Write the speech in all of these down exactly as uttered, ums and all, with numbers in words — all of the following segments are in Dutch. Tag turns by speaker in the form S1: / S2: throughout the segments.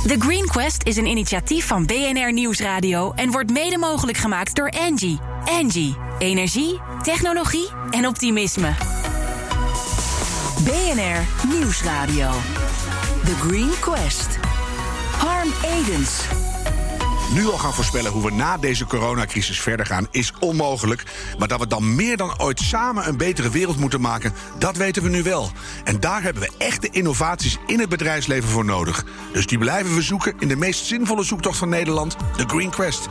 S1: The Green Quest is een initiatief van B N R Nieuwsradio en wordt mede mogelijk gemaakt door Engie. Engie. Energie, technologie en optimisme. B N R Nieuwsradio. The Green Quest. Harm Edens.
S2: Nu al gaan voorspellen hoe we na deze coronacrisis verder gaan is onmogelijk. Maar dat we dan meer dan ooit samen een betere wereld moeten maken, dat weten we nu wel. En daar hebben we echte innovaties in het bedrijfsleven voor nodig. Dus die blijven we zoeken in de meest zinvolle zoektocht van Nederland, de Green Quest.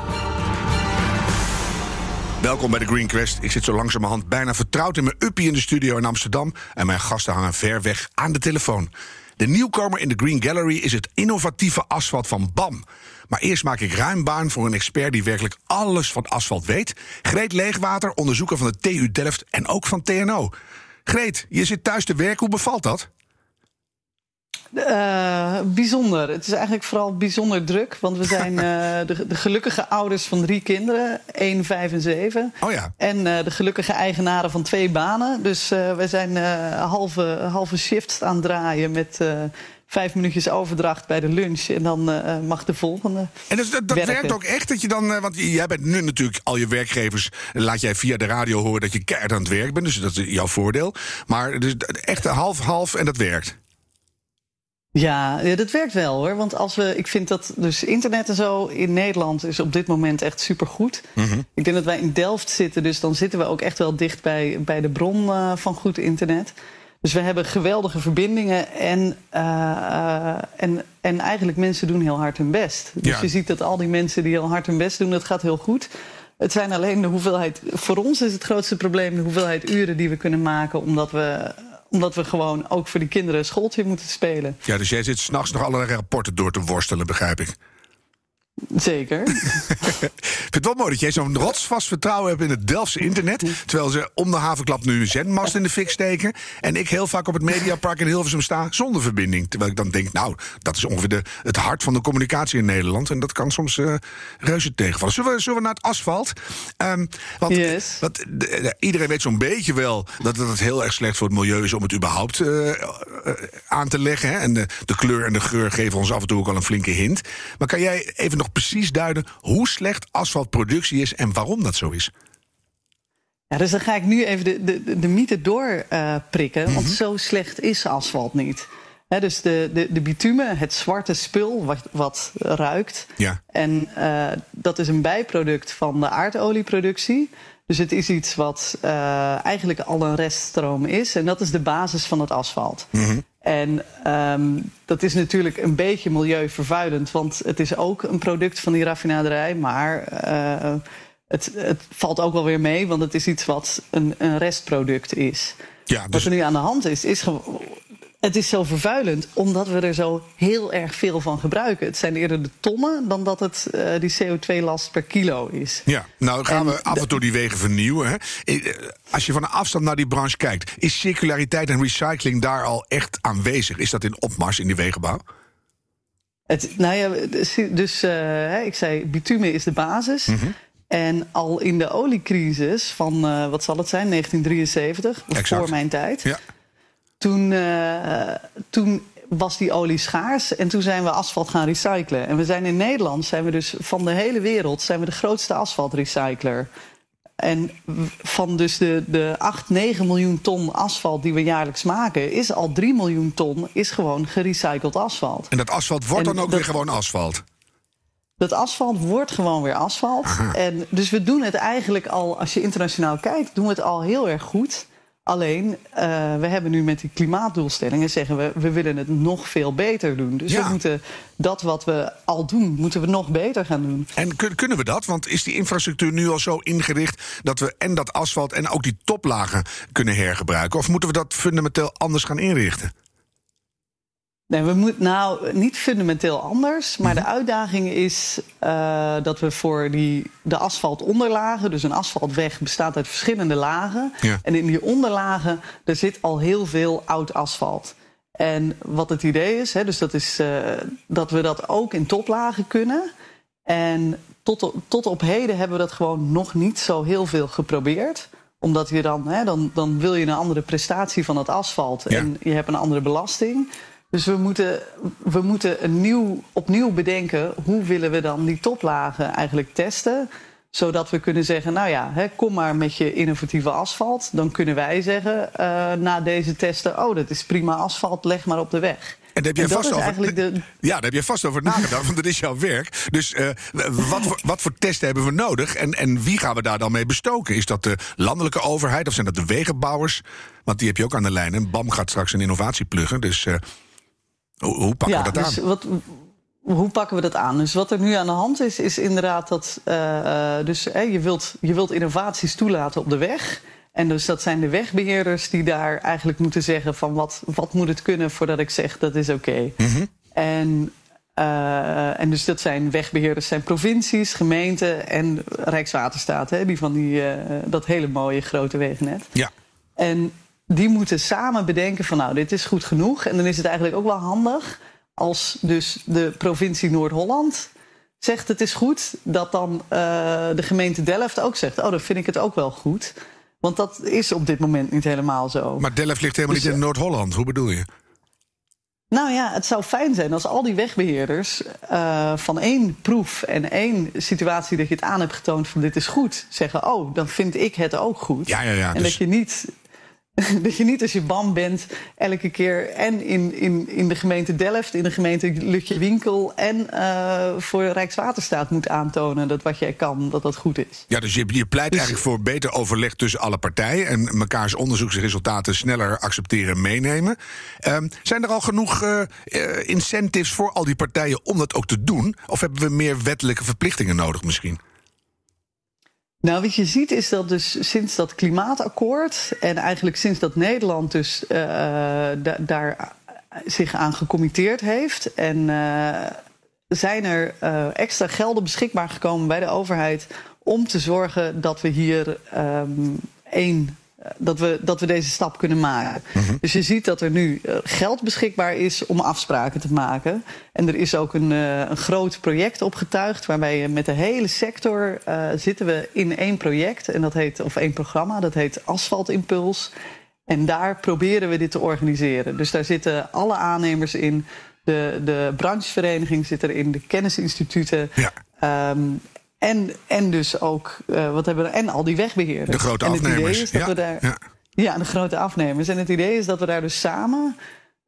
S2: Welkom bij de Green Quest. Ik zit zo langzamerhand bijna vertrouwd in mijn uppie in de studio in Amsterdam. En mijn gasten hangen ver weg aan de telefoon. De nieuwkomer in de Green Gallery is het innovatieve asfalt van B A M. Maar eerst maak ik ruim baan voor een expert die werkelijk alles van asfalt weet. Greet Leegwater, onderzoeker van de T U Delft en ook van T N O. Greet, je zit thuis te werken, hoe bevalt dat?
S3: Uh, bijzonder. Het is eigenlijk vooral bijzonder druk. Want we zijn uh, de, de gelukkige ouders van drie kinderen. één, vijf en zeven.
S2: Oh ja.
S3: En uh, de gelukkige eigenaren van twee banen. Dus uh, we zijn uh, halve, halve shifts aan het draaien met uh, vijf minuutjes overdracht bij de lunch. En dan uh, mag de volgende. En dus
S2: dat, dat werkt ook echt dat je dan... Uh, want jij bent nu natuurlijk al je werkgevers... laat jij via de radio horen dat je keihard aan het werk bent. Dus dat is jouw voordeel. Maar dus echt half-half en dat werkt.
S3: Ja, ja, dat werkt wel hoor. Want als we, ik vind dat dus internet en zo in Nederland is op dit moment echt supergoed. Mm-hmm. Ik denk dat wij in Delft zitten, dus dan zitten we ook echt wel dicht bij, bij de bron uh, van goed internet. Dus we hebben geweldige verbindingen en, uh, uh, en, en eigenlijk mensen doen heel hard hun best. Dus ja. Je ziet dat al die mensen die heel hard hun best doen, dat gaat heel goed. Het zijn alleen de hoeveelheid, voor ons is het grootste probleem de hoeveelheid uren die we kunnen maken, omdat we... Omdat we gewoon ook voor die kinderen een schooltje moeten spelen.
S2: Ja, dus jij zit 's nachts nog allerlei rapporten door te worstelen, begrijp ik.
S3: Zeker.
S2: Ik vind het wel mooi dat jij zo'n rotsvast vertrouwen hebt in het Delftse internet. Terwijl ze om de havenklap nu een zendmast in de fik steken. En ik heel vaak op het Mediapark in Hilversum sta zonder verbinding. Terwijl ik dan denk, nou, dat is ongeveer de, het hart van de communicatie in Nederland. En dat kan soms uh, reuze tegenvallen. Zullen we, zullen we naar het asfalt? Um, want,
S3: yes.
S2: want de, de, iedereen weet zo'n beetje wel dat het heel erg slecht voor het milieu is om het überhaupt uh, uh, aan te leggen. Hè? En de, de kleur en de geur geven ons af en toe ook al een flinke hint. Maar kan jij even nog precies duiden hoe slecht asfaltproductie is en waarom dat zo is?
S3: Ja, dus dan ga ik nu even de, de, de mythe doorprikken. Uh, mm-hmm. Want zo slecht is asfalt niet. He, dus de, de, de bitumen, het zwarte spul wat, wat ruikt.
S2: Ja.
S3: En uh, dat is een bijproduct van de aardolieproductie. Dus het is iets wat uh, eigenlijk al een reststroom is. En dat is de basis van het asfalt. Mm-hmm. En um, dat is natuurlijk een beetje milieuvervuilend, want het is ook een product van die raffinaderij. Maar uh, het, het valt ook wel weer mee, want het is iets wat een, een restproduct is. Ja, dus... Wat er nu aan de hand is, is gewoon... Het is zo vervuilend omdat we er zo heel erg veel van gebruiken. Het zijn eerder de tonnen dan dat het uh, die C O twee last per kilo is.
S2: Ja, nou gaan en we af en toe die wegen vernieuwen. Hè? Als je van een afstand naar die branche kijkt, is circulariteit en recycling daar al echt aanwezig? Is dat in opmars in die wegenbouw?
S3: Het, nou ja, dus, dus uh, ik zei, bitumen is de basis. Mm-hmm. En al in de oliecrisis van, uh, wat zal het zijn, negentien drieënzeventig, voor mijn tijd... Ja. Toen, uh, toen was die olie schaars en toen zijn we asfalt gaan recyclen. En we zijn in Nederland, zijn we dus van de hele wereld, zijn we de grootste asfaltrecycler. En van dus de, de acht, negen miljoen ton asfalt die we jaarlijks maken, is al drie miljoen ton is gewoon gerecycled asfalt.
S2: En dat asfalt wordt en dan ook dat, weer gewoon asfalt?
S3: Dat asfalt wordt gewoon weer asfalt. Aha. En dus we doen het eigenlijk al, als je internationaal kijkt, doen we het al heel erg goed. Alleen, uh, we hebben nu met die klimaatdoelstellingen zeggen we, we willen het nog veel beter doen. Dus ja. we moeten dat wat we al doen, moeten we nog beter gaan doen.
S2: En kun, kunnen we dat? Want is die infrastructuur nu al zo ingericht dat we en dat asfalt en ook die toplagen kunnen hergebruiken? Of moeten we dat fundamenteel anders gaan inrichten?
S3: Nee, we moeten nou niet fundamenteel anders. Maar mm-hmm. de uitdaging is uh, dat we voor die, de asfaltonderlagen... dus een asfaltweg bestaat uit verschillende lagen. Ja. En in die onderlagen, er zit al heel veel oud asfalt. En wat het idee is, hè, dus dat is uh, dat we dat ook in toplagen kunnen. En tot, tot op heden hebben we dat gewoon nog niet zo heel veel geprobeerd. Omdat je dan, hè, dan, dan wil je een andere prestatie van het asfalt. Ja. En je hebt een andere belasting. Dus we moeten, we moeten een nieuw, opnieuw bedenken... hoe willen we dan die toplagen eigenlijk testen... zodat we kunnen zeggen, nou ja, hè, kom maar met je innovatieve asfalt. Dan kunnen wij zeggen, uh, na deze testen... oh, dat is prima asfalt, leg maar op de weg.
S2: En daar heb jij vast over,
S3: de...
S2: Ja, daar heb je vast over nagedacht, want dat is jouw werk. Dus uh, wat, voor, wat voor testen hebben we nodig? En, en wie gaan we daar dan mee bestoken? Is dat de landelijke overheid of zijn dat de wegenbouwers? Want die heb je ook aan de lijn. En B A M gaat straks een innovatie pluggen. Dus uh, hoe, hoe pakken
S3: ja,
S2: we dat
S3: dus
S2: aan?
S3: Wat, hoe pakken we dat aan? Dus wat er nu aan de hand is, is inderdaad dat... Uh, dus, eh, je, wilt, je wilt innovaties toelaten op de weg... En dus dat zijn de wegbeheerders die daar eigenlijk moeten zeggen... van wat, wat moet het kunnen voordat ik zeg dat is oké. Okay. Mm-hmm. En, uh, en dus dat zijn wegbeheerders, zijn provincies, gemeenten en Rijkswaterstaat. Hè, die van die, uh, dat hele mooie grote wegennet.
S2: Ja.
S3: En die moeten samen bedenken van nou, dit is goed genoeg. En dan is het eigenlijk ook wel handig als dus de provincie Noord-Holland... zegt het is goed, dat dan uh, de gemeente Delft ook zegt... oh, dan vind ik het ook wel goed... Want dat is op dit moment niet helemaal zo.
S2: Maar Delft ligt helemaal dus, niet in Noord-Holland. Hoe bedoel je?
S3: Nou ja, het zou fijn zijn als al die wegbeheerders... Uh, van één proef en één situatie dat je het aan hebt getoond... van dit is goed, zeggen, oh, dan vind ik het ook goed.
S2: Ja, ja, ja.
S3: En dus... dat je niet... Dat je niet als je B A M bent elke keer en in, in, in de gemeente Delft... in de gemeente Lutjewinkel en uh, voor Rijkswaterstaat moet aantonen... dat wat jij kan, dat dat goed is.
S2: Ja, dus je, je pleit dus... eigenlijk voor beter overleg tussen alle partijen... en mekaars onderzoeksresultaten sneller accepteren en meenemen. Um, zijn er al genoeg uh, uh, incentives voor al die partijen om dat ook te doen? Of hebben we meer wettelijke verplichtingen nodig misschien?
S3: Nou, wat je ziet is dat dus sinds dat klimaatakkoord... en eigenlijk sinds dat Nederland dus uh, da- daar zich aan gecommitteerd heeft... en uh, zijn er uh, extra gelden beschikbaar gekomen bij de overheid... om te zorgen dat we hier um, één... Dat we, dat we deze stap kunnen maken. Mm-hmm. Dus je ziet dat er nu geld beschikbaar is om afspraken te maken. En er is ook een, uh, een groot project opgetuigd... waarbij met de hele sector uh, zitten we in één project... En dat heet, of één programma, dat heet Asfalt Impuls. En daar proberen we dit te organiseren. Dus daar zitten alle aannemers in. De, de branchevereniging zit erin, de kennisinstituten... Ja. Um, En, en dus ook, uh, wat hebben we, en al die wegbeheerders.
S2: De grote
S3: en het
S2: afnemers.
S3: Idee is dat
S2: ja,
S3: we daar,
S2: ja.
S3: ja, de grote afnemers. En het idee is dat we daar dus samen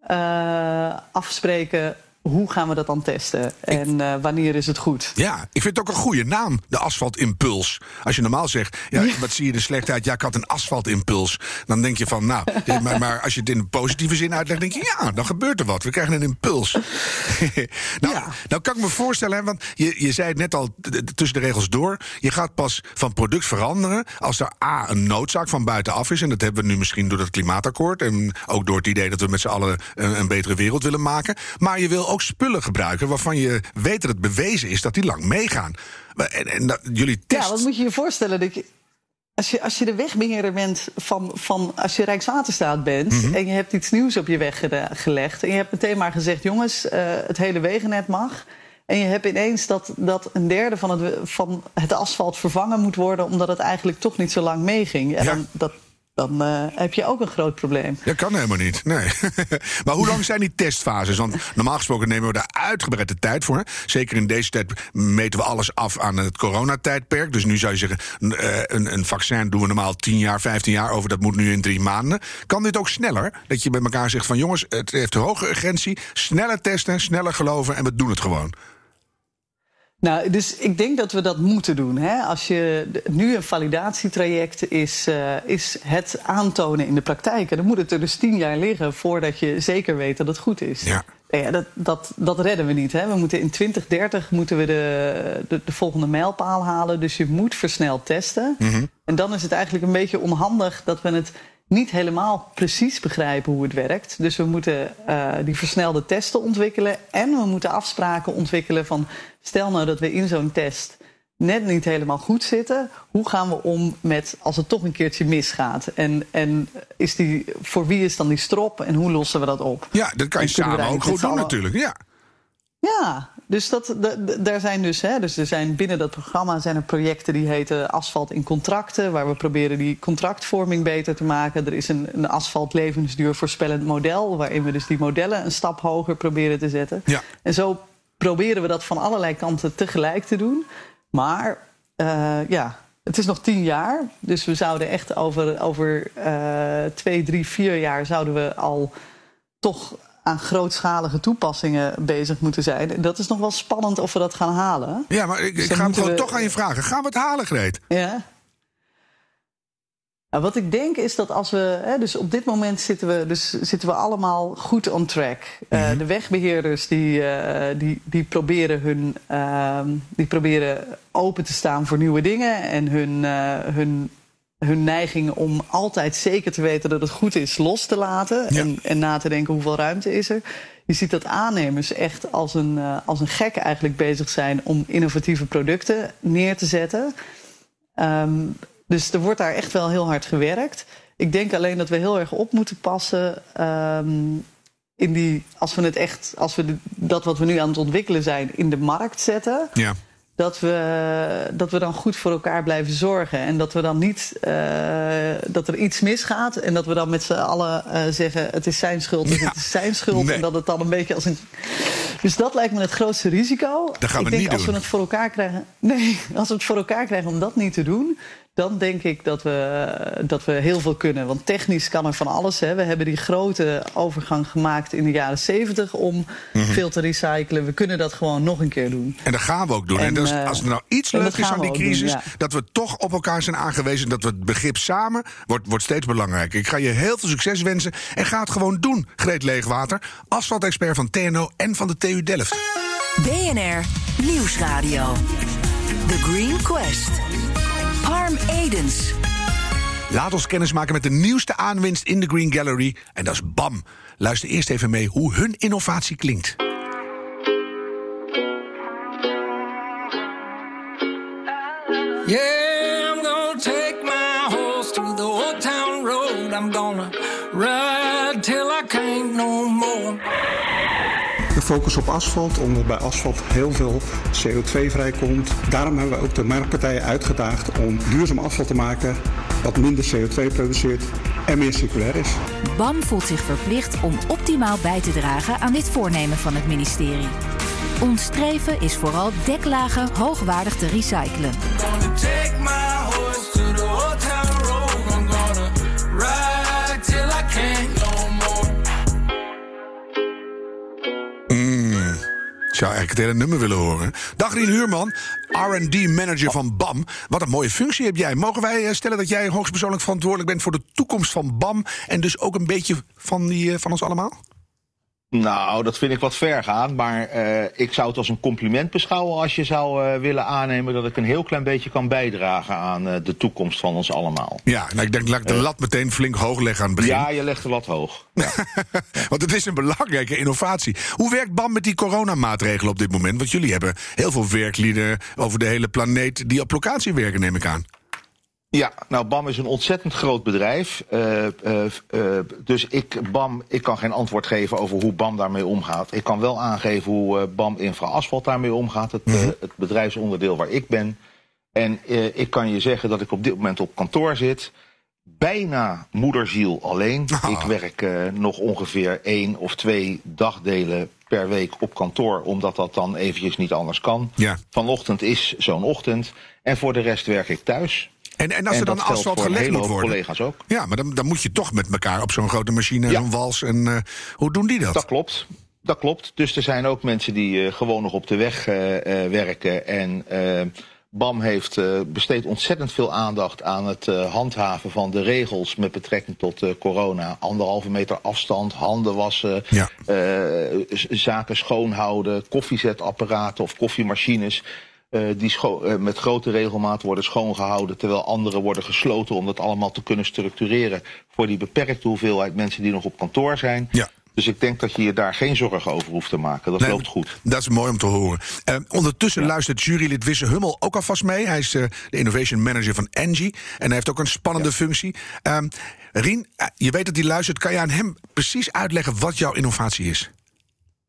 S3: uh, afspreken... hoe gaan we dat dan testen? Ik, en uh, wanneer is het goed?
S2: Ja, ik vind het ook een goede naam, de asfaltimpuls. Als je normaal zegt, ja, ja. wat zie je er slecht uit? Ja, ik had een asfaltimpuls. Dan denk je van, nou, maar, maar als je het in een positieve zin uitlegt... denk je, ja, dan gebeurt er wat. We krijgen een impuls. nou, ja. nou kan ik me voorstellen, hè, want je, je zei het net al tussen de regels door... je gaat pas van product veranderen als er A, een noodzaak van buitenaf is... en dat hebben we nu misschien door het klimaatakkoord... en ook door het idee dat we met z'n allen een, een betere wereld willen maken. Maar je wil ook spullen gebruiken waarvan je weet dat het bewezen is dat die lang meegaan. En, en dat, jullie test...
S3: Ja, wat moet je je voorstellen? Dat je, als, je, als je de wegbeheerder bent van, van als je Rijkswaterstaat bent... Mm-hmm. en je hebt iets nieuws op je weg gelegd... en je hebt meteen maar gezegd, jongens, uh, het hele wegennet mag... en je hebt ineens dat, dat een derde van het, van het asfalt vervangen moet worden... omdat het eigenlijk toch niet zo lang meeging. Ja, ja. Dan, dat, dan uh, heb je ook een groot probleem.
S2: Dat kan helemaal niet, nee. Maar hoe lang zijn die testfases? Want normaal gesproken nemen we daar uitgebreid de tijd voor. Hè? Zeker in deze tijd meten we alles af aan het coronatijdperk. Dus nu zou je zeggen, uh, een, een vaccin doen we normaal tien jaar, vijftien jaar over. Dat moet nu in drie maanden. Kan dit ook sneller? Dat je bij elkaar zegt van jongens, het heeft een hoge urgentie. Sneller testen, sneller geloven en we doen het gewoon.
S3: Nou, dus ik denk dat we dat moeten doen. Hè? Als je nu een validatietraject is, uh, is het aantonen in de praktijk. En dan moet het er dus tien jaar liggen voordat je zeker weet dat het goed is. Ja. Ja, dat, dat, dat redden we niet. Hè? We moeten in twintig dertig moeten we de, de, de volgende mijlpaal halen. Dus je moet versneld testen. Mm-hmm. En dan is het eigenlijk een beetje onhandig dat we het niet helemaal precies begrijpen hoe het werkt. Dus we moeten uh, die versnelde testen ontwikkelen. En we moeten afspraken ontwikkelen van... stel nou dat we in zo'n test net niet helemaal goed zitten. Hoe gaan we om met als het toch een keertje misgaat? En, en is die, voor wie is dan die strop en hoe lossen we dat op?
S2: Ja, dat kan je samen ook goed doen natuurlijk. Ja.
S3: Ja, dus, dat, de, de, daar zijn dus, hè, dus er zijn binnen dat programma zijn er projecten die heten Asfalt in Contracten, waar we proberen die contractvorming beter te maken. Er is een, een asfalt levensduur voorspellend model, waarin we dus die modellen een stap hoger proberen te zetten. Ja. En zo proberen we dat van allerlei kanten tegelijk te doen. Maar uh, ja, het is nog tien jaar. Dus we zouden echt over, over uh, twee, drie, vier jaar zouden we al toch aan grootschalige toepassingen bezig moeten zijn. En dat is nog wel spannend of we dat gaan halen.
S2: Ja, maar ik, dus ik ga hem gewoon we... toch aan je vragen. Gaan we het halen, Greet?
S3: Ja. Nou, wat ik denk is dat als we... Hè, dus op dit moment zitten we, dus zitten we allemaal goed on track. Mm-hmm. Uh, de wegbeheerders die, uh, die, die, proberen hun, uh, die proberen open te staan voor nieuwe dingen. En hun, uh, hun, hun neiging om altijd zeker te weten dat het goed is los te laten. Ja. En, en na te denken hoeveel ruimte is er. Je ziet dat aannemers echt als een, uh, als een gek eigenlijk bezig zijn om innovatieve producten neer te zetten. Um, Dus er wordt daar echt wel heel hard gewerkt. Ik denk alleen dat we heel erg op moeten passen um, in die, als we het echt, als we de, dat wat we nu aan het ontwikkelen zijn in de markt zetten. Ja. Dat we, dat we dan goed voor elkaar blijven zorgen. En dat we dan niet uh, dat er iets misgaat. En dat we dan met z'n allen uh, zeggen het is zijn schuld, dus ja. het is zijn schuld. Nee. En dat het dan een beetje als een. Dus dat lijkt me het grootste risico.
S2: Dat gaan we
S3: Ik denk
S2: niet
S3: als
S2: doen.
S3: we het voor elkaar krijgen. Nee, als we het voor elkaar krijgen om dat niet te doen. Dan denk ik dat we, dat we heel veel kunnen. Want technisch kan er van alles. Hè. We hebben die grote overgang gemaakt in de jaren zeventig om mm-hmm. veel te recyclen. We kunnen dat gewoon nog een keer doen.
S2: En dat gaan we ook doen. En, en dus, als er nou iets leuk is aan die crisis, doen, ja. dat we toch op elkaar zijn aangewezen. Dat we het begrip samen wordt, wordt steeds belangrijker. Ik ga je heel veel succes wensen. En ga het gewoon doen, Greet Leegwater. Asfaltexpert van T N O en van de T U Delft.
S1: B N R Nieuwsradio. The Green Quest. Harm Edens.
S2: Laat ons kennis maken met de nieuwste aanwinst in de Green Gallery. En dat is BAM. Luister eerst even mee hoe hun innovatie klinkt.
S4: Yeah, I'm gonna take my horse to the old town road. I'm gonna ride till I can't no more.
S5: De focus op asfalt, omdat bij asfalt heel veel C O twee vrijkomt. Daarom hebben we ook de marktpartijen uitgedaagd om duurzaam asfalt te maken, wat minder C O twee produceert en meer circulair is.
S1: BAM voelt zich verplicht om optimaal bij te dragen aan dit voornemen van het ministerie. Ons streven is vooral deklagen hoogwaardig te recyclen.
S2: Ik zou eigenlijk het hele nummer willen horen. Dag Rien Huurman, R en D manager van BAM. Wat een mooie functie heb jij. Mogen wij stellen dat jij hoogstpersoonlijk verantwoordelijk bent voor de toekomst van BAM en dus ook een beetje van, die, van ons allemaal?
S6: Nou, dat vind ik wat ver gaan, maar uh, ik zou het als een compliment beschouwen als je zou uh, willen aannemen dat ik een heel klein beetje kan bijdragen aan uh, de toekomst van ons allemaal.
S2: Ja, nou, ik denk dat ik de lat meteen flink hoog leg aan het begin.
S6: Ja, je legt de lat hoog. Ja.
S2: Want het is een belangrijke innovatie. Hoe werkt BAM met die coronamaatregelen op dit moment? Want jullie hebben heel veel werklieden over de hele planeet die op locatie werken, neem ik aan.
S6: Ja, nou, BAM is een ontzettend groot bedrijf. Uh, uh, uh, dus ik, BAM, ik kan geen antwoord geven over hoe BAM daarmee omgaat. Ik kan wel aangeven hoe uh, BAM Infra Asfalt daarmee omgaat. Het, uh, het bedrijfsonderdeel waar ik ben. En uh, ik kan je zeggen dat ik op dit moment op kantoor zit. Bijna moederziel alleen. Oh. Ik werk uh, nog ongeveer één of twee dagdelen per week op kantoor, omdat dat dan eventjes niet anders kan. Ja. Vanochtend is zo'n ochtend. En voor de rest werk ik thuis.
S2: En, en als en er dan asfalt gelegd moet worden.
S6: Collega's ook.
S2: Ja, maar dan, dan moet je toch met elkaar op zo'n grote machine, ja. zo'n wals. En uh, hoe doen die dat?
S6: Dat klopt. Dat klopt. Dus er zijn ook mensen die uh, gewoon nog op de weg uh, uh, werken. En uh, BAM heeft uh, besteed ontzettend veel aandacht aan het uh, handhaven van de regels met betrekking tot uh, corona. Anderhalve meter afstand, handen wassen, ja. uh, zaken schoonhouden, koffiezetapparaten of koffiemachines. Uh, die scho- uh, met grote regelmaat worden schoongehouden, terwijl andere worden gesloten om dat allemaal te kunnen structureren voor die beperkte hoeveelheid mensen die nog op kantoor zijn. Ja. Dus ik denk dat je je daar geen zorgen over hoeft te maken. Dat nee, loopt goed.
S2: Dat is mooi om te horen. Uh, ondertussen ja. luistert jurylid Wisse Hummel ook alvast mee. Hij is uh, de Innovation Manager van Engie. En hij heeft ook een spannende ja. functie. Uh, Rien, uh, je weet dat hij luistert. Kan je aan hem precies uitleggen wat jouw innovatie is?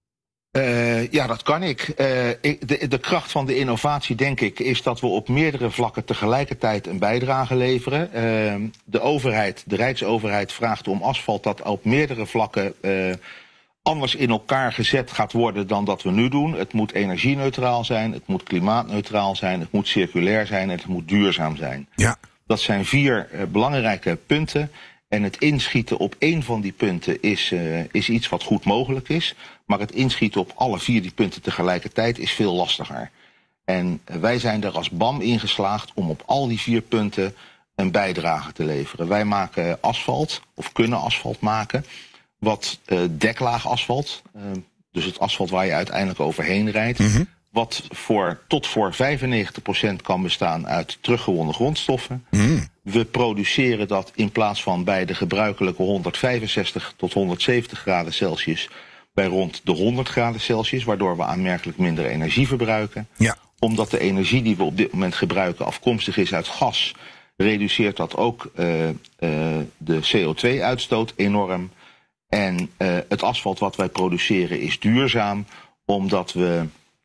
S6: Uh, ja, dat kan ik. Uh, ik de, de kracht van de innovatie, denk ik, is dat we op meerdere vlakken tegelijkertijd een bijdrage leveren. Uh, de overheid, de Rijksoverheid vraagt om asfalt dat op meerdere vlakken uh, anders in elkaar gezet gaat worden dan dat we nu doen. Het moet energieneutraal zijn, het moet klimaatneutraal zijn, het moet circulair zijn en het moet duurzaam zijn. Ja. Dat zijn vier uh, belangrijke punten. En het inschieten op één van die punten is, uh, is iets wat goed mogelijk is. Maar het inschieten op alle vier die punten tegelijkertijd is veel lastiger. En uh, wij zijn er als B A M in geslaagd om op al die vier punten een bijdrage te leveren. Wij maken asfalt, of kunnen asfalt maken, wat uh, deklaag asfalt, uh, dus het asfalt waar je uiteindelijk overheen rijdt, mm-hmm. wat voor, tot voor vijfennegentig procent kan bestaan uit teruggewonnen grondstoffen. Mm. We produceren dat in plaats van bij de gebruikelijke honderdvijfenzestig tot honderdzeventig graden Celsius bij rond de honderd graden Celsius, waardoor we aanmerkelijk minder energie verbruiken. Ja. Omdat de energie die we op dit moment gebruiken afkomstig is uit gas, reduceert dat ook uh, uh, de C O twee uitstoot enorm. En uh, het asfalt wat wij produceren is duurzaam, omdat we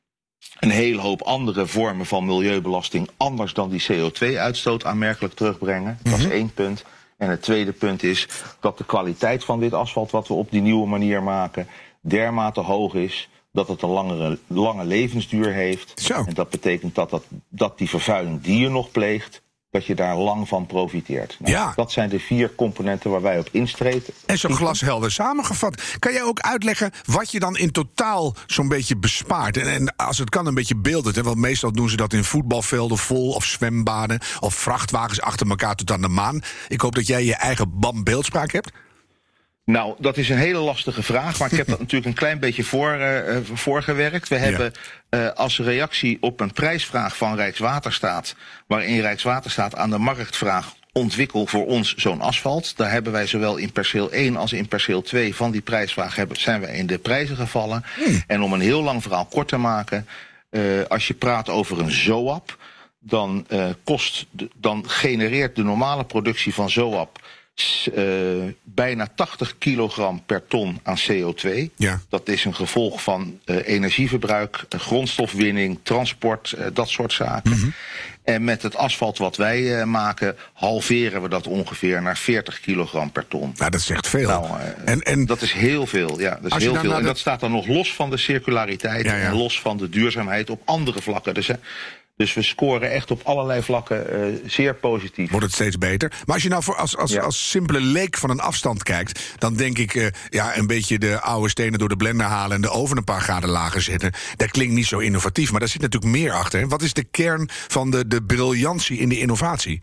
S6: een hele hoop andere vormen van milieubelasting anders dan die C O twee uitstoot aanmerkelijk terugbrengen. Dat is één punt. En het tweede punt is dat de kwaliteit van dit asfalt wat we op die nieuwe manier maken dermate hoog is dat het een langere, lange levensduur heeft. Zo. En dat betekent dat, dat, dat die vervuiling die je nog pleegt, dat je daar lang van profiteert. Nou, ja. Dat zijn de vier componenten waar wij op instreten.
S2: En zo glashelder samengevat. Kan jij ook uitleggen wat je dan in totaal zo'n beetje bespaart? En, en als het kan een beetje beeldend, hè, want meestal doen ze dat in voetbalvelden vol of zwembaden of vrachtwagens achter elkaar tot aan de maan. Ik hoop dat jij je eigen B A M beeldspraak hebt.
S6: Nou, dat is een hele lastige vraag, maar ik heb dat natuurlijk een klein beetje voor, uh, voorgewerkt. We hebben uh, als reactie op een prijsvraag van Rijkswaterstaat, waarin Rijkswaterstaat aan de markt vraagt, ontwikkel voor ons zo'n asfalt. Daar hebben wij zowel in perceel één als in perceel twee van die prijsvraag hebben, zijn wij in de prijzen gevallen. Hmm. En om een heel lang verhaal kort te maken, uh, als je praat over een ZOAP, dan, uh, kost de, dan genereert de normale productie van ZOAP Uh, bijna tachtig kilogram per ton aan C O twee. Ja. Dat is een gevolg van uh, energieverbruik, uh, grondstofwinning, transport, uh, dat soort zaken. Mm-hmm. En met het asfalt wat wij uh, maken, halveren we dat ongeveer naar veertig kilogram per ton.
S2: Nou, dat is echt veel. Nou, uh,
S6: en, en dat is heel veel, ja. Dat is heel veel. En de... dat staat dan nog los van de circulariteit, ja, ja. en los van de duurzaamheid op andere vlakken. Dus, uh, Dus we scoren echt op allerlei vlakken uh, zeer positief.
S2: Wordt het steeds beter. Maar als je nou voor als, als, ja. als simpele leek van een afstand kijkt, dan denk ik, uh, ja, een beetje de oude stenen door de blender halen en de oven een paar graden lager zetten. Dat klinkt niet zo innovatief, maar daar zit natuurlijk meer achter. Hè? Wat is de kern van de, de briljantie in de innovatie?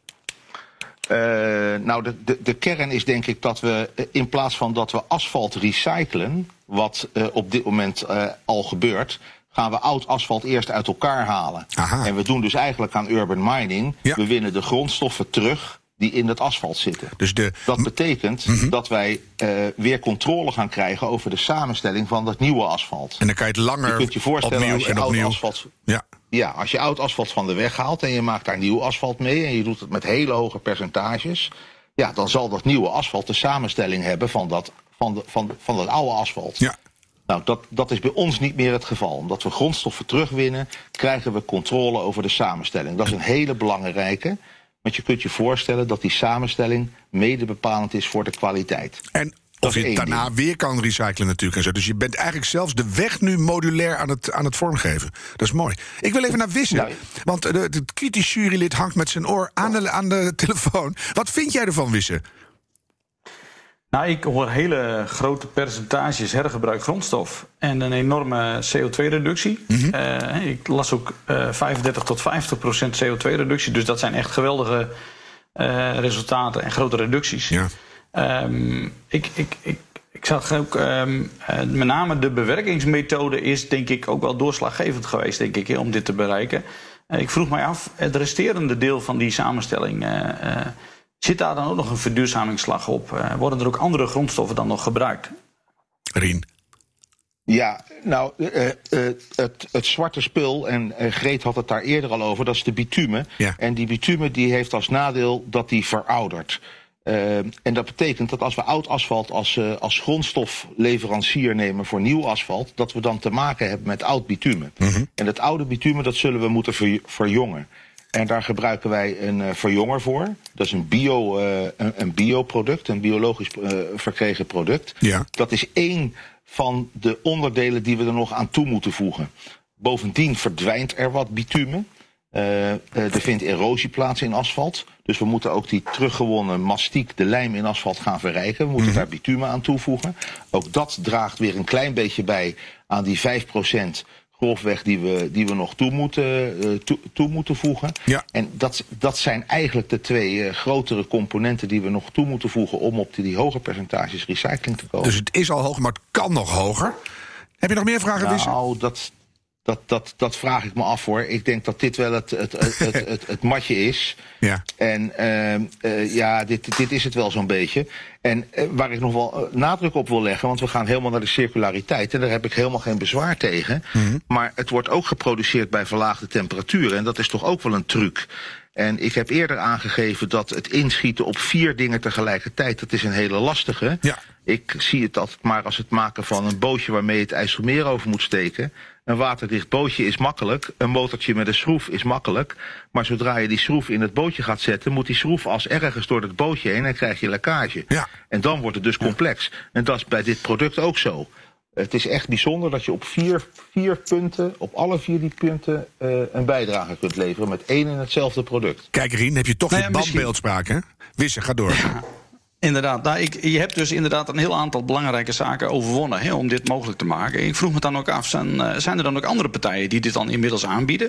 S6: Uh, nou, de, de, de kern is denk ik dat we in plaats van dat we asfalt recyclen, wat uh, op dit moment uh, al gebeurt, gaan we oud asfalt eerst uit elkaar halen. Aha. En we doen dus eigenlijk aan urban mining. Ja. We winnen de grondstoffen terug die in het asfalt zitten. Dus de... Dat betekent mm-hmm. dat wij uh, weer controle gaan krijgen over de samenstelling van dat nieuwe asfalt.
S2: En dan kan je het langer je kunt je voorstellen opnieuw als je en oud opnieuw. Asfalt,
S6: ja. ja, als je oud asfalt van de weg haalt en je maakt daar nieuw asfalt mee en je doet het met hele hoge percentages, ja, dan zal dat nieuwe asfalt de samenstelling hebben van dat, van de, van, van dat oude asfalt. Ja. Nou, dat, dat is bij ons niet meer het geval. Omdat we grondstoffen terugwinnen, krijgen we controle over de samenstelling. Dat is een hele belangrijke. Want je kunt je voorstellen dat die samenstelling mede bepalend is voor de kwaliteit.
S2: En of je het daarna ding. weer kan recyclen natuurlijk en zo. Dus je bent eigenlijk zelfs de weg nu modulair aan het, aan het vormgeven. Dat is mooi. Ik wil even naar Wisse. Nou, want het kritisch jurylid hangt met zijn oor aan de, aan de telefoon. Wat vind jij ervan, Wisse?
S7: Nou, ik hoor hele grote percentages hergebruik grondstof en een enorme C O twee reductie. Mm-hmm. Uh, ik las ook uh, vijfendertig tot vijftig procent C O twee reductie. Dus dat zijn echt geweldige uh, resultaten en grote reducties. Ja. Um, ik, ik, ik, ik zag ook, um, uh, met name de bewerkingsmethode is denk ik ook wel doorslaggevend geweest, denk ik, om dit te bereiken. Uh, ik vroeg mij af, het resterende deel van die samenstelling, Uh, uh, zit daar dan ook nog een verduurzamingsslag op? Uh, worden er ook andere grondstoffen dan nog gebruikt?
S2: Rien.
S6: Ja, nou, uh, uh, het, het zwarte spul, en uh, Greet had het daar eerder al over, dat is de bitumen. Ja. En die bitumen die heeft als nadeel dat die veroudert. Uh, en dat betekent dat als we oud asfalt als, uh, als grondstofleverancier nemen voor nieuw asfalt, dat we dan te maken hebben met oud bitumen. Mm-hmm. En dat oude bitumen, dat zullen we moeten ver, verjongen. En daar gebruiken wij een uh, verjonger voor. Dat is een, bio, uh, een, een bioproduct, een biologisch uh, verkregen product. Ja. Dat is één van de onderdelen die we er nog aan toe moeten voegen. Bovendien verdwijnt er wat bitumen. Uh, uh, er vindt erosie plaats in asfalt. Dus we moeten ook die teruggewonnen mastiek, de lijm in asfalt, gaan verrijken. We moeten mm-hmm. daar bitumen aan toevoegen. Ook dat draagt weer een klein beetje bij aan die vijf procent grofweg die we, die we nog toe moeten, uh, toe, toe moeten voegen. Ja. En dat, dat zijn eigenlijk de twee uh, grotere componenten die we nog toe moeten voegen om op die, die hoge percentages recycling te komen.
S2: Dus het is al hoger, maar het kan nog hoger. Heb je nog meer vragen, Wisse?
S6: Nou, dat... Dat, dat, dat vraag ik me af, hoor. Ik denk dat dit wel het, het, het, het, het, het matje is. Ja. En uh, uh, ja, dit, dit is het wel zo'n beetje. En uh, waar ik nog wel uh, nadruk op wil leggen, want we gaan helemaal naar de circulariteit, en daar heb ik helemaal geen bezwaar tegen. Mm-hmm. Maar het wordt ook geproduceerd bij verlaagde temperaturen. En dat is toch ook wel een truc. En ik heb eerder aangegeven dat het inschieten op vier dingen tegelijkertijd, dat is een hele lastige. Ja. Ik zie het altijd maar als het maken van een bootje waarmee je het IJsselmeer over moet steken. Een waterdicht bootje is makkelijk, een motortje met een schroef is makkelijk. Maar zodra je die schroef in het bootje gaat zetten, moet die schroefas ergens door het bootje heen en krijg je lekkage. Ja. En dan wordt het dus complex. En dat is bij dit product ook zo. Het is echt bijzonder dat je op vier, vier punten, op alle vier die punten, uh, een bijdrage kunt leveren met één en hetzelfde product.
S2: Kijk, Rien, heb je toch nou ja, je bandbeeldspraak, hè? Wisse, ga door. Ja.
S7: Inderdaad, nou, ik, je hebt dus inderdaad een heel aantal belangrijke zaken overwonnen, hè, om dit mogelijk te maken. Ik vroeg me dan ook af, zijn, zijn er dan ook andere partijen die dit dan inmiddels aanbieden?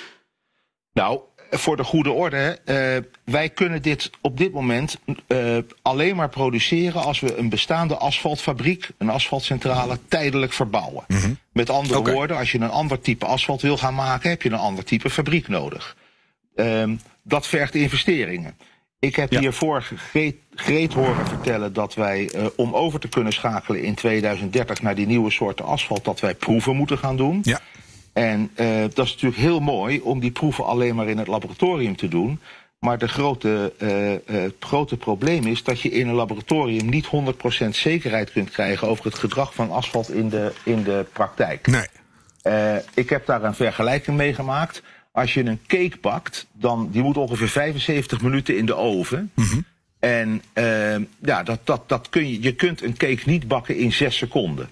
S6: Nou, voor de goede orde, uh, wij kunnen dit op dit moment uh, alleen maar produceren als we een bestaande asfaltfabriek, een asfaltcentrale, tijdelijk verbouwen. Mm-hmm. Met andere okay. woorden, als je een ander type asfalt wil gaan maken, heb je een ander type fabriek nodig. Uh, dat vergt investeringen. Ik heb ja. hiervoor Greet, Greet horen vertellen dat wij, uh, om over te kunnen schakelen in tweeduizend dertig naar die nieuwe soorten asfalt, dat wij proeven moeten gaan doen. Ja. En uh, dat is natuurlijk heel mooi om die proeven alleen maar in het laboratorium te doen. Maar de grote, uh, uh, het grote probleem is dat je in een laboratorium niet honderd procent zekerheid kunt krijgen over het gedrag van asfalt in de, in de praktijk. Nee. Uh, ik heb daar een vergelijking mee gemaakt. Als je een cake bakt, dan die moet ongeveer vijfenzeventig minuten in de oven. Mm-hmm. En uh, ja, dat, dat, dat kun je, je kunt een cake niet bakken in zes seconden.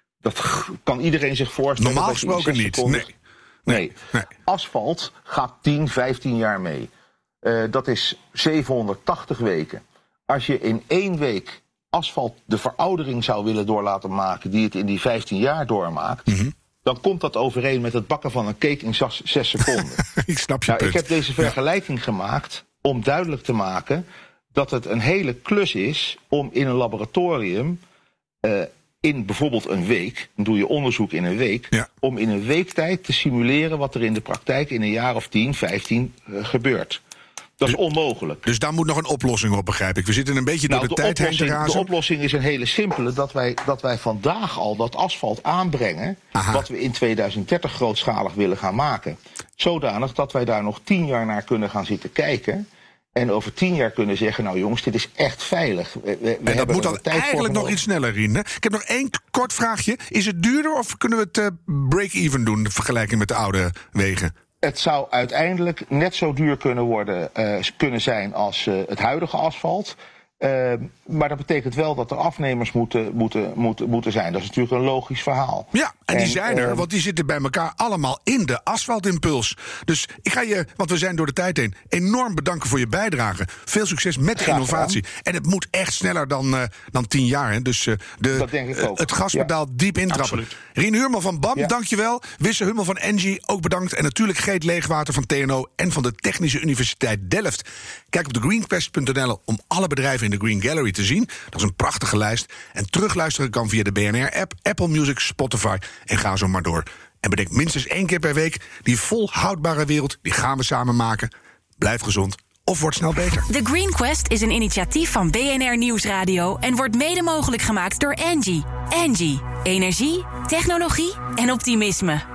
S6: Dat kan iedereen zich voorstellen.
S2: Normaal gesproken niet. Seconden... Nee.
S6: Nee. Nee. nee. Asfalt gaat tien, vijftien jaar mee. Uh, dat is zevenhonderdtachtig weken. Als je in één week asfalt de veroudering zou willen door laten maken die het in die vijftien jaar doormaakt, mm-hmm. dan komt dat overeen met het bakken van een cake in zes, zes seconden.
S2: Ik snap je
S6: nou,
S2: punt.
S6: Ik heb deze vergelijking ja. gemaakt om duidelijk te maken dat het een hele klus is om in een laboratorium uh, in bijvoorbeeld een week, dan doe je onderzoek in een week, ja. om in een week tijd te simuleren wat er in de praktijk in een jaar of tien, vijftien uh, gebeurt. Dat is onmogelijk.
S2: Dus daar moet nog een oplossing op, begrijp ik. We zitten een beetje door nou, de, de tijd heen te razen.
S6: De oplossing is een hele simpele. Dat wij, dat wij vandaag al dat asfalt aanbrengen, Aha. wat we in tweeduizend dertig grootschalig willen gaan maken. Zodanig dat wij daar nog tien jaar naar kunnen gaan zitten kijken. En over tien jaar kunnen zeggen, nou jongens, dit is echt veilig. We, we
S2: en dat moet dan eigenlijk nog iets sneller, Rien. Ik heb nog één kort vraagje. Is het duurder of kunnen we het uh, break-even doen, in vergelijking met de oude wegen?
S6: Het zou uiteindelijk net zo duur kunnen, worden, uh, kunnen zijn als uh, het huidige asfalt. Uh, maar dat betekent wel dat er afnemers moeten, moeten, moeten, moeten zijn. Dat is natuurlijk een logisch verhaal.
S2: Ja, en die en, zijn er, uh, want die zitten bij elkaar allemaal in de asfaltimpuls. Dus ik ga je, want we zijn door de tijd heen, enorm bedanken voor je bijdrage. Veel succes met de innovatie. En het moet echt sneller dan, uh, dan tien jaar. Hè. Dus uh, de,
S6: dat denk ik ook.
S2: Uh, het gaspedaal ja. diep intrappen. Absoluut. Rien Huurman van B A M, ja. dankjewel. Wisse Hummel van Engie, ook bedankt. En natuurlijk Greet Leegwater van T N O en van de Technische Universiteit Delft. Kijk op de greenquest punt n l om alle bedrijven in de Green Gallery te zien. Dat is een prachtige lijst. En terugluisteren kan via de B N R-app, Apple Music, Spotify en ga zo maar door. En bedenk minstens één keer per week, die volhoudbare wereld, die gaan we samen maken. Blijf gezond of word snel beter.
S1: The Green Quest is een initiatief van B N R Nieuwsradio en wordt mede mogelijk gemaakt door Engie. Engie, energie, technologie en optimisme.